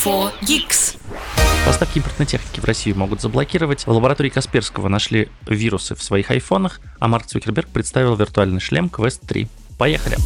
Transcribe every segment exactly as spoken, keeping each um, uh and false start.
фор гикс. Поставки импортной техники в Россию могут заблокировать. В лаборатории Касперского нашли вирусы в своих айфонах, а Марк Цукерберг представил виртуальный шлем Quest три. Поехали!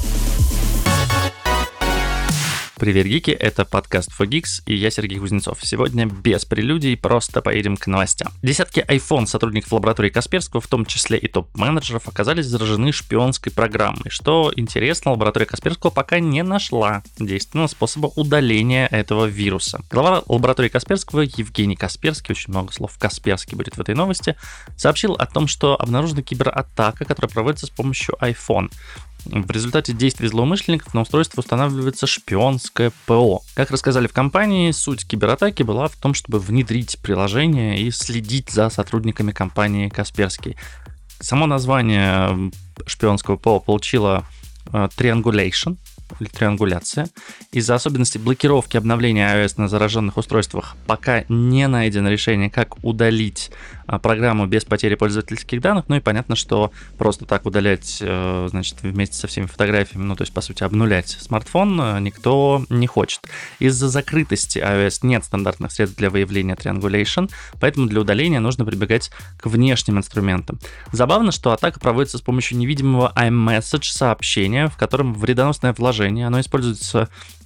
Привет, гики, это подкаст фор гикс, и я Сергей Кузнецов. Сегодня без прелюдий, просто поедем к новостям. Десятки iPhone сотрудников лаборатории Касперского, в том числе и топ-менеджеров, оказались заражены шпионской программой. Что интересно, лаборатория Касперского пока не нашла действенного способа удаления этого вируса. Глава лаборатории Касперского Евгений Касперский, очень много слов Касперский будет в этой новости, сообщил о том, что обнаружена кибератака, которая проводится с помощью iPhone. В результате действий злоумышленников на устройство устанавливается шпионское ПО. Как рассказали в компании, суть кибератаки была в том, чтобы внедрить приложение и следить за сотрудниками компании Касперский. Само название шпионского ПО получило Triangulation, или триангуляция. Из-за особенностей блокировки обновления iOS на зараженных устройствах пока не найдено решение, как удалить программу без потери пользовательских данных. Ну и понятно, что просто так удалять, значит, вместе со всеми фотографиями, ну то есть по сути обнулять смартфон никто не хочет. Из-за закрытости iOS нет стандартных средств для выявления Triangulation, поэтому для удаления нужно прибегать к внешним инструментам. Забавно, что атака проводится с помощью невидимого iMessage сообщения, в котором вредоносное вложение, оно используется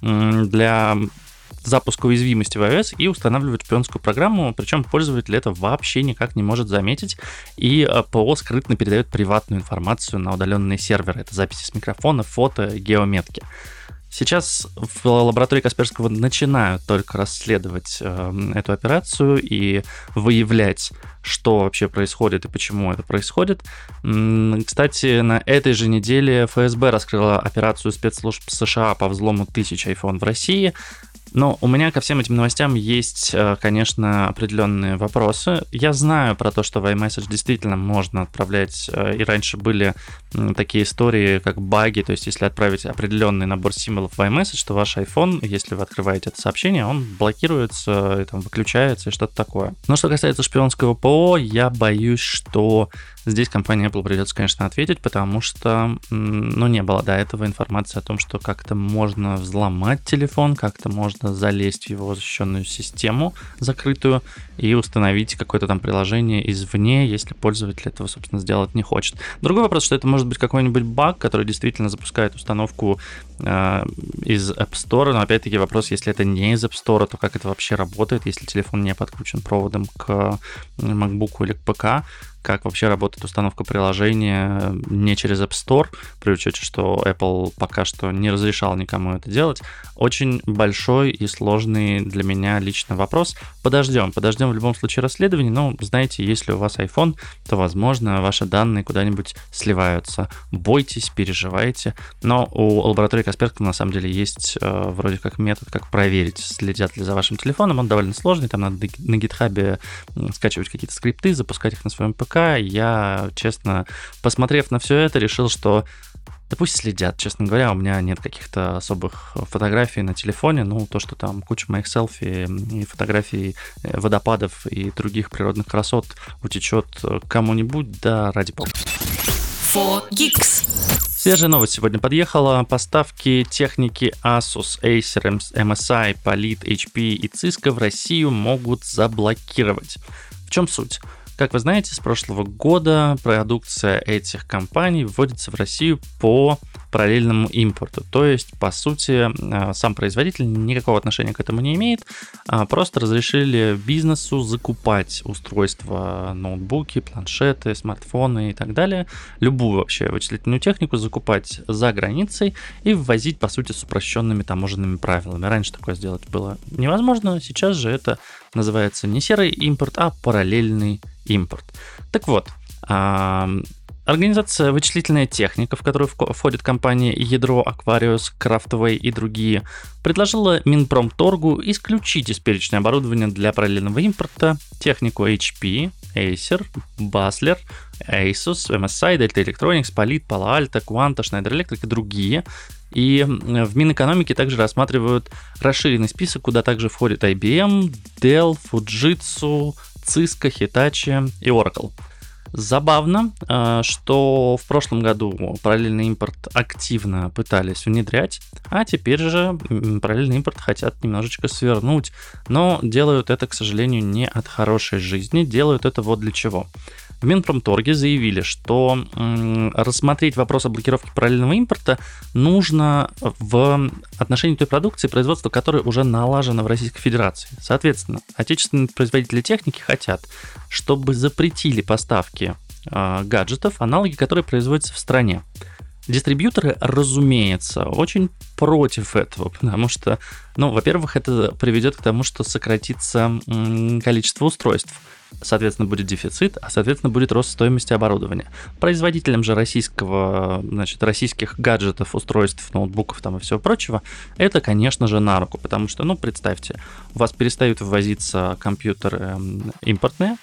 для запуска уязвимости в iOS и устанавливает шпионскую программу, причем пользователь это вообще никак не может заметить, и ПО скрытно передает приватную информацию на удаленные серверы. Это записи с микрофона, фото, геометки. Сейчас в лаборатории Касперского начинают только расследовать э, эту операцию и выявлять, что вообще происходит и почему это происходит. Кстати, на этой же неделе эф эс бэ раскрыла операцию спецслужб США по взлому тысяч iPhone в России. Но у меня ко всем этим новостям есть, конечно, определенные вопросы. Я знаю про то, что в iMessage действительно можно отправлять, и раньше были такие истории, как баги, то есть если отправить определенный набор символов в iMessage, то ваш iPhone, если вы открываете это сообщение, он блокируется, и, там, выключается и что-то такое. Но что касается шпионского ПО, я боюсь, что здесь компании Apple придется, конечно, ответить, потому что, ну, не было до этого информации о том, что как-то можно взломать телефон, как-то можно залезть в его защищенную систему закрытую и установить какое-то там приложение извне, если пользователь этого, собственно, сделать не хочет. Другой вопрос, что это может быть какой-нибудь баг, который действительно запускает установку э, из App Store, но опять-таки вопрос, если это не из App Store, то как это вообще работает, если телефон не подключен проводом к MacBook или к ПК, как вообще работает установка приложения не через App Store, при учете, что Apple пока что не разрешал никому это делать. Очень большой и сложный для меня лично вопрос. Подождем, подождем в любом случае расследования, но, знаете, если у вас iPhone, то, возможно, ваши данные куда-нибудь сливаются. Бойтесь, переживайте, но у лаборатории Касперского на самом деле есть э, вроде как метод, как проверить, следят ли за вашим телефоном. Он довольно сложный, там надо на GitHub скачивать какие-то скрипты, запускать их на своем ПК. Я, честно, посмотрев на все это, решил, что да пусть следят. Честно говоря, у меня нет каких-то особых фотографий на телефоне. Ну, то, что там куча моих селфи и фотографий водопадов и других природных красот утечет кому-нибудь, да ради бога. фор гикс. Свежая новость сегодня подъехала. Поставки техники Asus, Acer, эм эс ай, Polit, эйч пи и Cisco в Россию могут заблокировать. В чем суть? Как вы знаете, с прошлого года продукция этих компаний вводится в Россию по параллельному импорту. То есть, по сути, сам производитель никакого отношения к этому не имеет, а просто разрешили бизнесу закупать устройства, ноутбуки, планшеты, смартфоны и так далее, любую вообще вычислительную технику закупать за границей и ввозить, по сути, с упрощенными таможенными правилами. Раньше такое сделать было невозможно, сейчас же это называется не серый импорт, а параллельный импорт. Так вот, организация «Вычислительная техника», в которую входят компании Ядро, Aquarius, Craftway и другие, предложила Минпромторгу исключить из перечня оборудования для параллельного импорта технику эйч пи, Acer, Basler, Asus, эм эс ай, Delta Electronics, Polit, Palo Alto, Quanta, Schneider Electric и другие. И в Минэкономике также рассматривают расширенный список, куда также входят ай би эм, Dell, Fujitsu, Cisco, Hitachi и Oracle. Забавно, что в прошлом году параллельный импорт активно пытались внедрять, а теперь же параллельный импорт хотят немножечко свернуть, но делают это, к сожалению, не от хорошей жизни, делают это вот для чего. В Минпромторге заявили, что м, рассмотреть вопрос о блокировке параллельного импорта нужно в отношении той продукции, производства которой уже налажено в Российской Федерации. Соответственно, отечественные производители техники хотят, чтобы запретили поставки э, гаджетов, аналоги, которые производятся в стране. Дистрибьюторы, разумеется, очень против этого, потому что, ну, во-первых, это приведет к тому, что сократится м, количество устройств. Соответственно, будет дефицит, а, соответственно, будет рост стоимости оборудования. Производителям же российского, значит, российских гаджетов, устройств, ноутбуков там и всего прочего, это, конечно же, на руку, потому что, ну, представьте, у вас перестают ввозиться компьютеры импортные,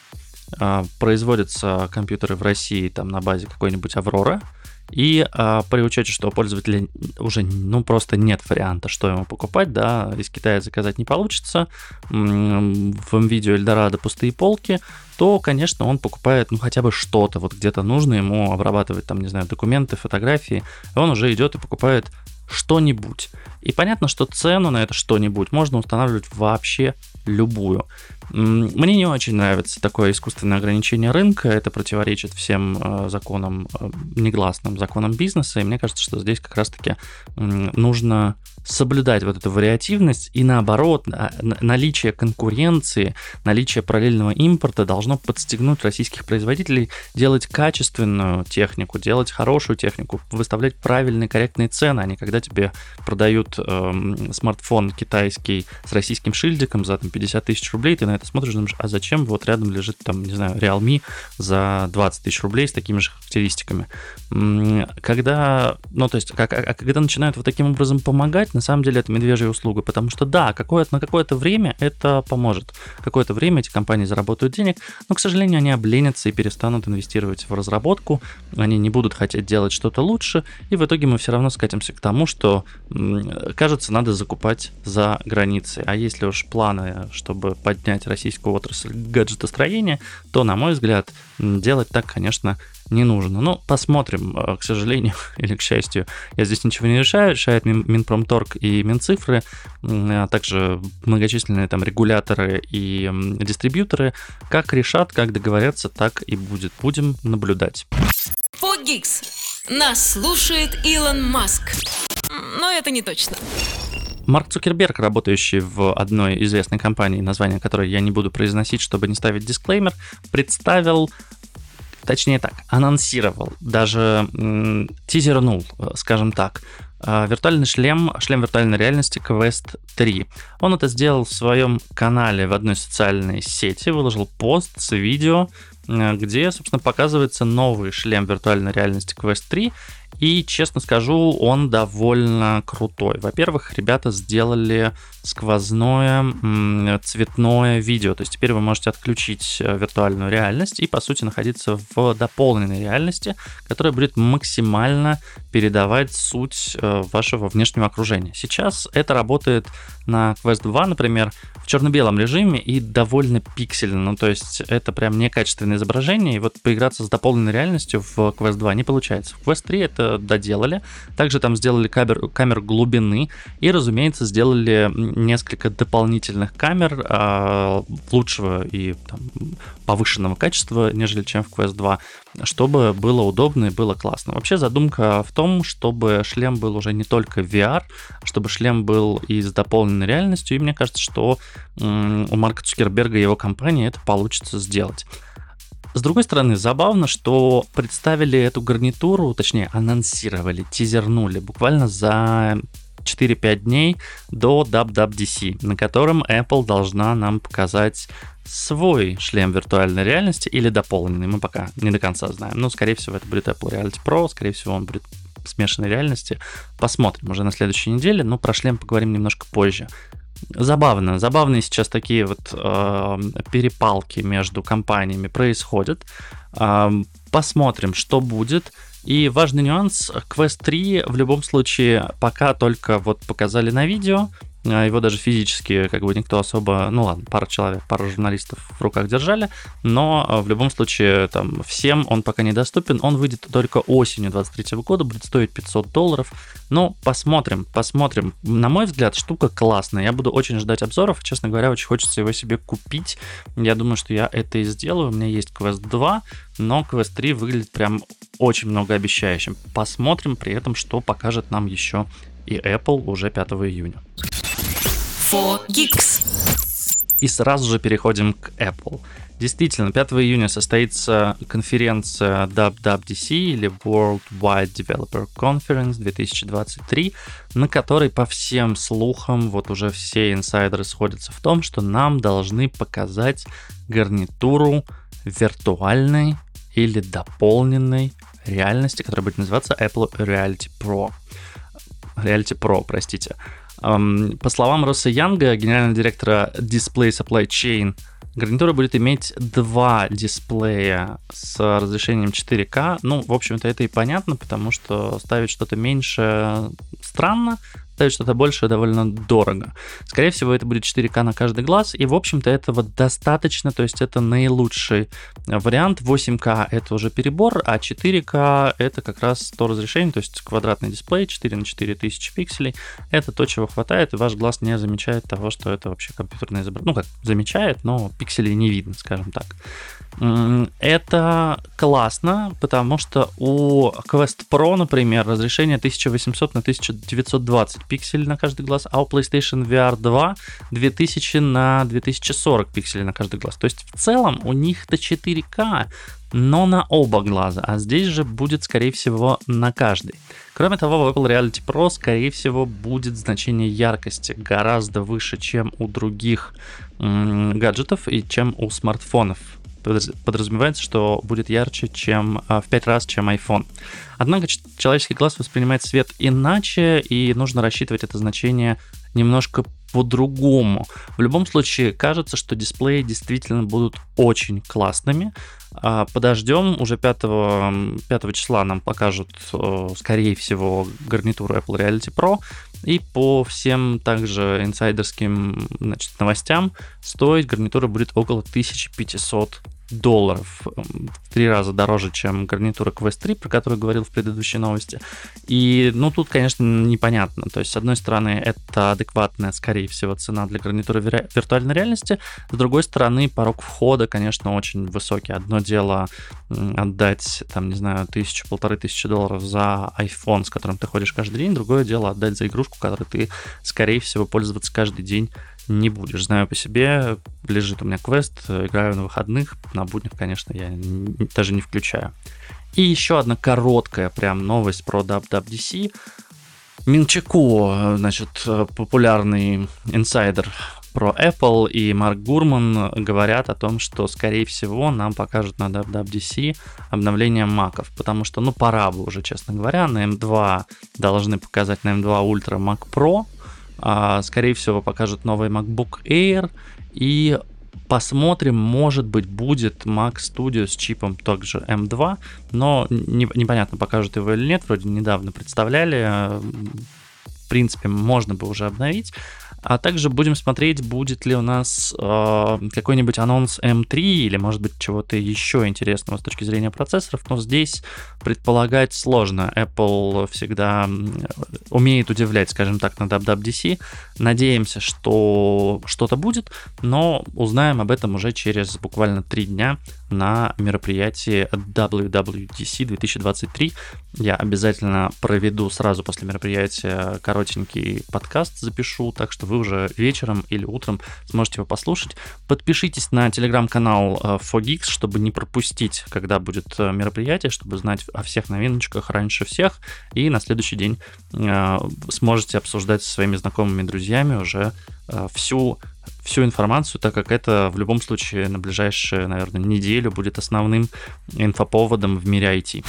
производятся компьютеры в России там на базе какой-нибудь Аврора, и а, при учете, что у пользователя уже ну просто нет варианта, что ему покупать, да, из Китая заказать не получится, в NVIDIA Eldorado пустые полки, то, конечно, он покупает ну хотя бы что-то, вот где-то нужно ему обрабатывать там, не знаю, документы, фотографии, и он уже идет и покупает что-нибудь. И понятно, что цену на это что-нибудь можно устанавливать вообще любую. Мне не очень нравится такое искусственное ограничение рынка, это противоречит всем э, законам, э, негласным законам бизнеса, и мне кажется, что здесь как раз-таки э, нужно соблюдать вот эту вариативность, и наоборот, наличие конкуренции, наличие параллельного импорта должно подстегнуть российских производителей делать качественную технику, делать хорошую технику, выставлять правильные, корректные цены, а не когда тебе продают э, смартфон китайский с российским шильдиком за там, пятьдесят тысяч рублей, ты на это смотришь и думаешь, а зачем вот рядом лежит там, не знаю, Realme за двадцать тысяч рублей с такими же характеристиками. Когда, ну то есть, а, а когда начинают вот таким образом помогать, на самом деле это медвежья услуга, потому что да, какое-то, на какое-то время это поможет. Какое-то время эти компании заработают денег, но, к сожалению, они обленятся и перестанут инвестировать в разработку, они не будут хотеть делать что-то лучше, и в итоге мы все равно скатимся к тому, что, кажется, надо закупать за границей. А если уж планы, чтобы поднять российскую отрасль гаджетостроения, то, на мой взгляд, делать так, конечно, не нужно. Но посмотрим, к сожалению или к счастью, я здесь ничего не решаю, решает Минпромторг и Минцифры, а также многочисленные там регуляторы и дистрибьюторы. Как решат, как договорятся, так и будет. Будем наблюдать. фор гикс. Нас слушает Илон Маск. Но это не точно. Марк Цукерберг, работающий в одной известной компании, название которой я не буду произносить, чтобы не ставить дисклеймер, представил, точнее так, анонсировал, даже м, тизернул, скажем так, виртуальный шлем, шлем виртуальной реальности Quest три. Он это сделал в своем канале в одной социальной сети, выложил пост с видео, где, собственно, показывается новый шлем виртуальной реальности Quest три. И, честно скажу, он довольно крутой. Во-первых, ребята сделали сквозное м, цветное видео. То есть теперь вы можете отключить виртуальную реальность и, по сути, находиться в дополненной реальности, которая будет максимально передавать суть вашего внешнего окружения. Сейчас это работает на Quest два, например, в черно-белом режиме и довольно пиксельно. Ну, то есть это прям некачественное изображение. И вот поиграться с дополненной реальностью в Quest два не получается. В Quest три это доделали. Также там сделали камер, камер глубины и, разумеется, сделали несколько дополнительных камер э, лучшего и там, повышенного качества, нежели чем в Quest два, чтобы было удобно и было классно. Вообще задумка в том, чтобы шлем был уже не только ви ар, чтобы шлем был и с дополненной реальностью, и мне кажется, что м- у Марка Цукерберга и его компании это получится сделать. С другой стороны, забавно, что представили эту гарнитуру, точнее, анонсировали, тизернули буквально за четыре-пять дней до дабл ю дабл ю ди си, на котором Apple должна нам показать свой шлем виртуальной реальности или дополненный, мы пока не до конца знаем. Но, скорее всего, это будет Apple Reality Pro, скорее всего, он будет в смешанной реальности. Посмотрим уже на следующей неделе, но про шлем поговорим немножко позже. Забавно, забавные сейчас такие вот э, перепалки между компаниями происходят. Э, посмотрим, что будет. И важный нюанс, Quest три в любом случае пока только вот показали на видео, его даже физически как бы никто особо, ну ладно, пара человек, пара журналистов в руках держали, но в любом случае там всем он пока недоступен, он выйдет только осенью двадцать третьего года, будет стоить пятьсот долларов, но посмотрим, посмотрим. На мой взгляд, штука классная, я буду очень ждать обзоров, честно говоря, очень хочется его себе купить, я думаю, что я это и сделаю, у меня есть Quest два, но Quest три выглядит прям очень многообещающим. Посмотрим при этом, что покажет нам еще и Apple уже пятого июня. фор Geeks. И сразу же переходим к Apple. Действительно, пятого июня состоится конференция дабл ю дабл ю ди си или World Wide Developer Conference две тысячи двадцать три, на которой по всем слухам вот уже все инсайдеры сходятся в том, что нам должны показать гарнитуру виртуальной или дополненной реальности, которая будет называться Apple Reality Pro. Reality Pro, простите. По словам Росса Янга, генерального директора Display Supply Chain, гарнитура будет иметь два дисплея с разрешением четыре ка. Ну, в общем-то, это и понятно, потому что ставить что-то меньше странно, ставить что-то большее довольно дорого. Скорее всего, это будет четыре ка на каждый глаз, и, в общем-то, этого достаточно, то есть это наилучший вариант. восемь ка это уже перебор, а четыре ка это как раз то разрешение, то есть квадратный дисплей четыре на четыре тысячи пикселей. Это то, чего хватает, и ваш глаз не замечает того, что это вообще компьютерное изображение. Ну, как замечает, но пикселей не видно, скажем так. Это классно, потому что у Quest Pro, например, разрешение тысяча восемьсот на тысяча девятьсот двадцать пикселей на каждый глаз, а у PlayStation ви ар два две тысячи на две тысячи сорок пикселей на каждый глаз. То есть в целом у них-то четыре ка, но на оба глаза, а здесь же будет, скорее всего, на каждый. Кроме того, в Apple Reality Pro, скорее всего, будет значение яркости гораздо выше, чем у других м- гаджетов и чем у смартфонов. Подразумевается, что будет ярче, чем в пять раз, чем iPhone. Однако человеческий глаз воспринимает свет иначе, и нужно рассчитывать это значение немножко по-другому. В любом случае, кажется, что дисплеи действительно будут очень классными. Подождем, уже пятого, пятого числа нам покажут, скорее всего, гарнитуру Apple Reality Pro. И по всем также инсайдерским, значит, новостям стоить гарнитура будет около тысяча пятьсот долларов. В три раза дороже, чем гарнитура Quest три, про которую говорил в предыдущей новости. И, ну, тут, конечно, непонятно. То есть, с одной стороны, это адекватная, скорее всего, цена для гарнитуры вир- виртуальной реальности. С другой стороны, порог входа, конечно, очень высокий. Одно дело отдать, там, не знаю, тысячу, полторы тысячи долларов за iPhone, с которым ты ходишь каждый день. Другое дело отдать за игрушку, которой ты, скорее всего, пользоваться каждый день не будешь. Знаю по себе, лежит у меня Quest, играю на выходных, на буднях, конечно, я даже не включаю. И еще одна короткая прям новость про дабл ю дабл ю ди си. Мин Чи Куо, значит, популярный инсайдер про Apple, и Марк Гурман говорят о том, что, скорее всего, нам покажут на дабл ю дабл ю ди си обновление маков, потому что, ну, пора бы уже, честно говоря, на эм два должны показать, на эм два Ultra Mac Pro, а, скорее всего, покажут новый MacBook Air, и посмотрим, может быть, будет Mac Studio с чипом также эм два, но не, непонятно, покажут его или нет, вроде недавно представляли, в принципе, можно бы уже обновить. А также будем смотреть, будет ли у нас э, какой-нибудь анонс эм три или, может быть, чего-то еще интересного с точки зрения процессоров. Но здесь предполагать сложно. Apple всегда умеет удивлять, скажем так, на дабл ю дабл ю ди си. Надеемся, что что-то будет, но узнаем об этом уже через буквально три дня на мероприятии дабл ю дабл ю ди си две тысячи двадцать три. Я обязательно проведу сразу после мероприятия коротенький подкаст, запишу, так что вы уже вечером или утром сможете его послушать. Подпишитесь на телеграм-канал фор Geeks, чтобы не пропустить, когда будет мероприятие, чтобы знать о всех новиночках раньше всех, и на следующий день э, сможете обсуждать со своими знакомыми и друзьями уже э, всю всю информацию, так как это в любом случае на ближайшую, наверное, неделю будет основным инфоповодом в мире ай ти.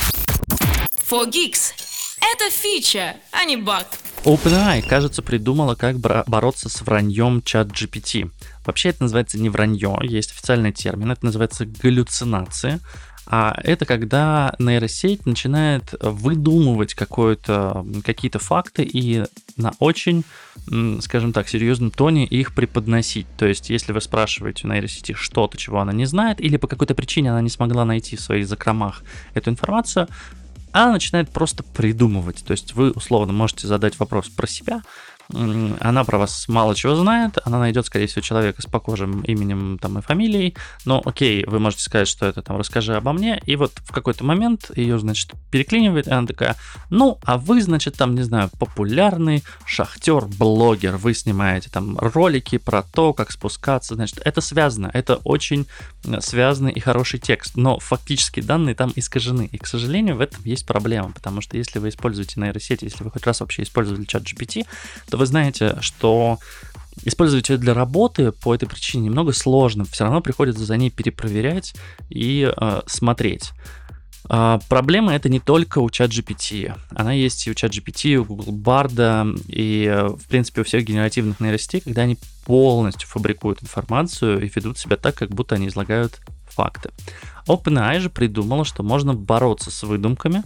фор Geeks — это фича, а не баг. OpenAI, кажется, придумала, как бороться с враньем чат джи пи ти. Вообще это называется не вранье, есть официальный термин, это называется галлюцинации. А это когда нейросеть начинает выдумывать какое-то, какие-то факты и на очень, скажем так, серьезном тоне их преподносить. То есть, если вы спрашиваете у нейросети что-то, чего она не знает, или по какой-то причине она не смогла найти в своих закромах эту информацию, она начинает просто придумывать. То есть вы условно можете задать вопрос про себя, она про вас мало чего знает, она найдет, скорее всего, человека с похожим именем там, и фамилией, но окей, вы можете сказать, что это там «расскажи обо мне», и вот в какой-то момент ее, значит, переклинивает, и она такая: ну, а вы, значит, там, не знаю, популярный шахтер-блогер, вы снимаете там ролики про то, как спускаться, значит, это связано, это очень связанный и хороший текст, но фактически данные там искажены, и, к сожалению, в этом есть проблема, потому что если вы используете нейросети, если вы хоть раз вообще использовали чат джи пи ти, то вы знаете, что использовать ее для работы по этой причине немного сложно. Все равно приходится за ней перепроверять и э, смотреть. А, проблема это не только у чат джи пи ти. Она есть и у чат джи пи ти, и у Google Bard, и, в принципе, у всех генеративных нейросетей, когда они полностью фабрикуют информацию и ведут себя так, как будто они излагают факты. OpenAI же придумала, что можно бороться с выдумками,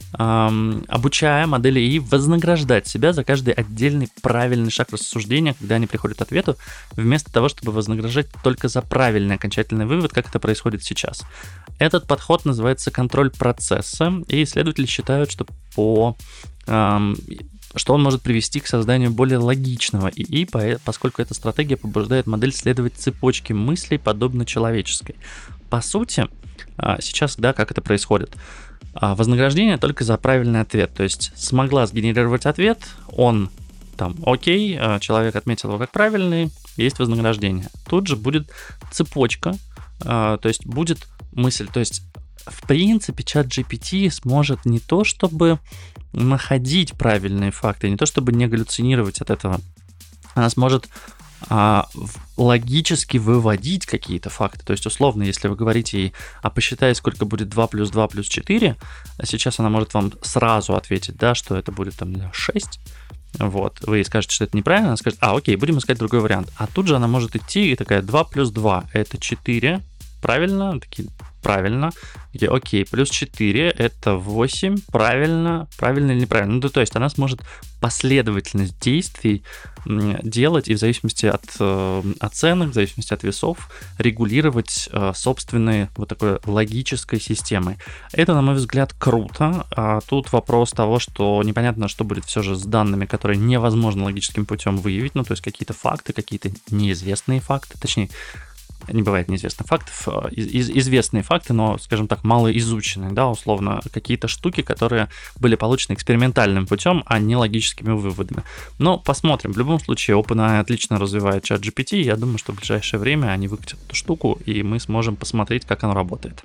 обучая модели и вознаграждать себя за каждый отдельный правильный шаг рассуждения, когда они приходят к ответу, вместо того, чтобы вознаграждать только за правильный окончательный вывод, как это происходит сейчас. Этот подход называется контроль процесса, и исследователи считают, что по эм, что он может привести к созданию более логичного ИИ, поскольку эта стратегия побуждает модель следовать цепочке мыслей, подобно человеческой. По сути, сейчас, да, как это происходит? Вознаграждение только за правильный ответ. То есть смогла сгенерировать ответ, он там окей, человек отметил его как правильный, есть вознаграждение. Тут же будет цепочка, то есть будет мысль. То есть в принципе чат джи пи ти сможет не то чтобы находить правильные факты, не то чтобы не галлюцинировать от этого, она сможет а, логически выводить какие-то факты. То есть, условно, если вы говорите ей: а посчитай, сколько будет два плюс два плюс четыре, а сейчас она может вам сразу ответить, да, что это будет там шесть. Вот, вы ей скажете, что это неправильно, она скажет: а, окей, будем искать другой вариант. А тут же она может идти и такая: два плюс два это четыре, правильно? Такие: правильно. И, окей, плюс четыре это восемь, правильно, правильно или неправильно. Ну, то есть она сможет последовательность действий делать и в зависимости от э, оценок, в зависимости от весов регулировать э, собственной вот такой логической системой. Это, на мой взгляд, круто. А тут вопрос того, что непонятно, что будет все же с данными, которые невозможно логическим путем выявить, ну, то есть какие-то факты, какие-то неизвестные факты, точнее, не бывает неизвестных фактов, из, известные факты, но, скажем так, малоизученные, да, условно, какие-то штуки, которые были получены экспериментальным путем, а не логическими выводами. Но посмотрим. В любом случае, OpenAI отлично развивает чат джи пи ти, я думаю, что в ближайшее время они выкатят эту штуку, и мы сможем посмотреть, как оно работает.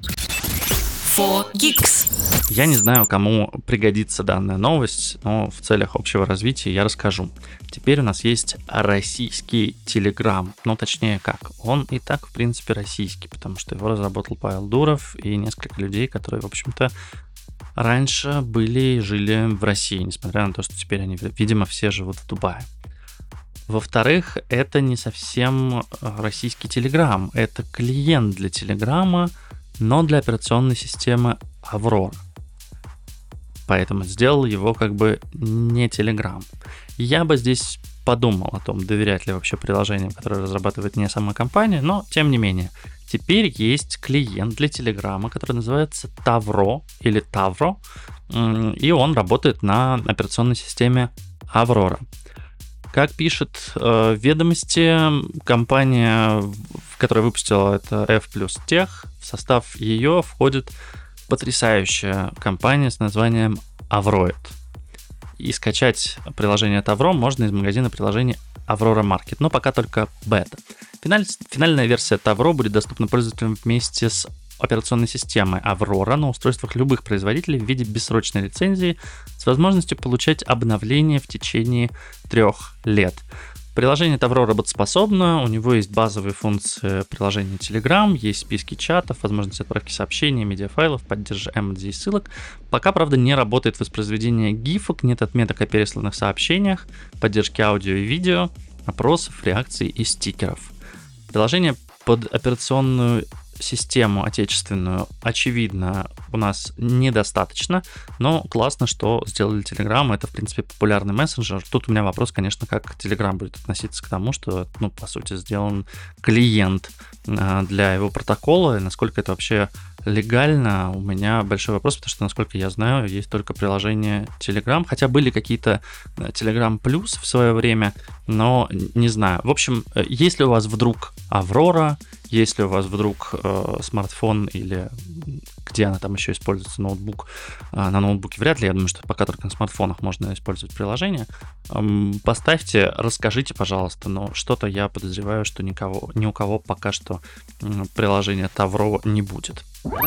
фор гикс. Я не знаю, кому пригодится данная новость, но в целях общего развития я расскажу. Теперь у нас есть российский Telegram, ну точнее как, он и так в принципе российский, потому что его разработал Павел Дуров и несколько людей, которые, в общем-то, раньше были и жили в России, несмотря на то, что теперь они, видимо, все живут в Дубае. Во-вторых, это не совсем российский Telegram, это клиент для Telegram, но для операционной системы Аврора. Поэтому сделал его как бы не Telegram. Я бы здесь подумал о том, доверять ли вообще приложениям, которые разрабатывает не сама компания, но тем не менее. Теперь есть клиент для Telegram, который называется Тавро или Тавро, и он работает на операционной системе Аврора. Как пишет э, ведомости, компания, которая выпустила это F плюс Tech, в состав ее входит потрясающая компания с названием Avroid. И скачать приложение Тавро можно из магазина приложений Aurora Market, но пока только бета. Финаль, финальная версия Тавро будет доступна пользователям вместе с операционной системой Aurora на устройствах любых производителей в виде бессрочной лицензии с возможностью получать обновления в течение трех лет. Приложение Тавро работоспособно, у него есть базовые функции приложения Telegram, есть списки чатов, возможность отправки сообщений, медиафайлов, поддержка эмодзи и ссылок. Пока, правда, не работает воспроизведение гифок, нет отметок о пересланных сообщениях, поддержки аудио и видео, опросов, реакций и стикеров. Приложение под операционную систему отечественную, очевидно, у нас недостаточно, но классно, что сделали Telegram. Это, в принципе, популярный мессенджер. Тут у меня вопрос, конечно, как Telegram будет относиться к тому, что, ну, по сути, сделан клиент для его протокола, и насколько это вообще легально, у меня большой вопрос, потому что, насколько я знаю, есть только приложение Telegram, хотя были какие-то Telegram Plus в свое время, но не знаю. В общем, если у вас вдруг Аврора, если у вас вдруг э, смартфон или где она там еще используется, ноутбук, э, на ноутбуке вряд ли, я думаю, что пока только на смартфонах можно использовать приложение, э, поставьте, расскажите, пожалуйста, но что-то я подозреваю, что никого, ни у кого пока что э, приложения Тавро не будет.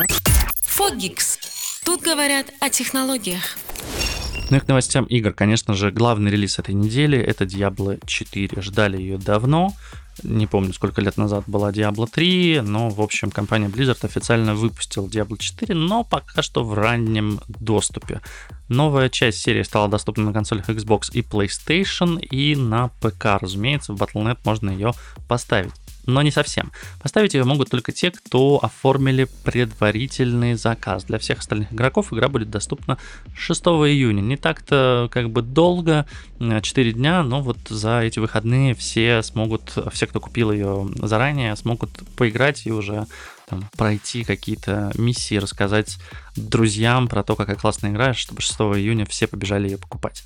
Fogix. Тут говорят о технологиях. Ну и к новостям игр, конечно же, главный релиз этой недели — это Diablo четыре. Ждали ее давно. Не помню, сколько лет назад была Diablo три, но, в общем, компания Blizzard официально выпустила Diablo четыре, но пока что в раннем доступе. Новая часть серии стала доступна на консолях Xbox и PlayStation, и на ПК, разумеется, в батл точка нет можно ее поставить. Но не совсем. Поставить ее могут только те, кто оформили предварительный заказ. Для всех остальных игроков игра будет доступна шестого июня. Не так-то как бы долго, четыре дня, но вот за эти выходные все смогут, все, кто купил ее заранее, смогут поиграть и уже там, пройти какие-то миссии, рассказать друзьям про то, какая классная игра, чтобы шестого июня все побежали ее покупать.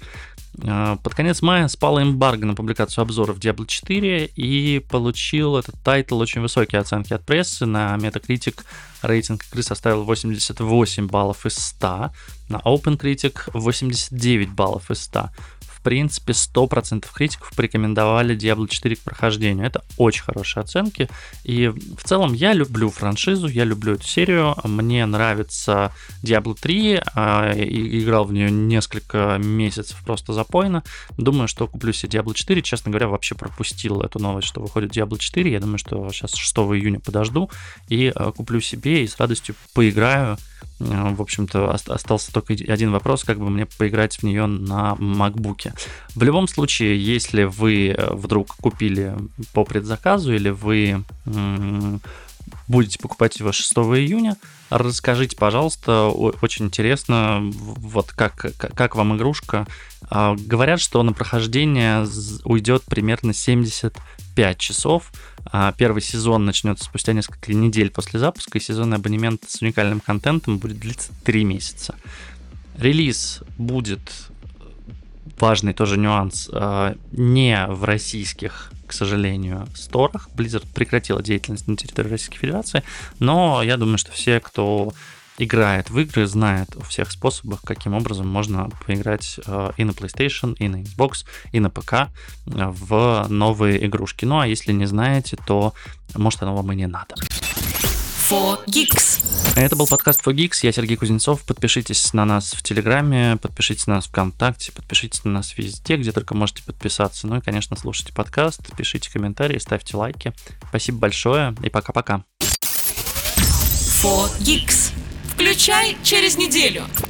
Под конец мая спала эмбарго на публикацию обзоров Diablo четыре, и получил этот тайтл очень высокие оценки от прессы. На Metacritic рейтинг игры составил восемьдесят восемь баллов из ста, на OpenCritic восемьдесят девять баллов из ста. В принципе, сто процентов критиков порекомендовали Diablo четыре к прохождению. Это очень хорошие оценки. И в целом я люблю франшизу, я люблю эту серию. Мне нравится Diablo три. Играл в нее несколько месяцев просто запойно. Думаю, что куплю себе Diablo четыре. Честно говоря, вообще пропустил эту новость, что выходит Diablo четыре. Я думаю, что сейчас шестого июня подожду и куплю себе и с радостью поиграю. В общем-то, остался только один вопрос, как бы мне поиграть в нее на MacBook. В любом случае, если вы вдруг купили по предзаказу или вы м- будете покупать его шестого июня, расскажите, пожалуйста, очень интересно, вот как, как вам игрушка. Говорят, что на прохождение уйдет примерно семьдесят пять часов. Первый сезон начнется спустя несколько недель после запуска, и сезонный абонемент с уникальным контентом будет длиться три месяца. Релиз будет, важный тоже нюанс, не в российских, к сожалению, сторах. Blizzard прекратила деятельность на территории Российской Федерации, но я думаю, что все, кто играет в игры, знает о всех способах, каким образом можно поиграть и на PlayStation, и на Xbox, и на ПК в новые игрушки. Ну а если не знаете, то может оно вам и не надо. Fogix. Это был подкаст Fogix. Я Сергей Кузнецов. Подпишитесь на нас в Телеграме, подпишитесь на нас в ВКонтакте, подпишитесь на нас везде, где только можете подписаться. Ну и, конечно, слушайте подкаст, пишите комментарии, ставьте лайки. Спасибо большое и пока-пока. Fogix. Включай через неделю.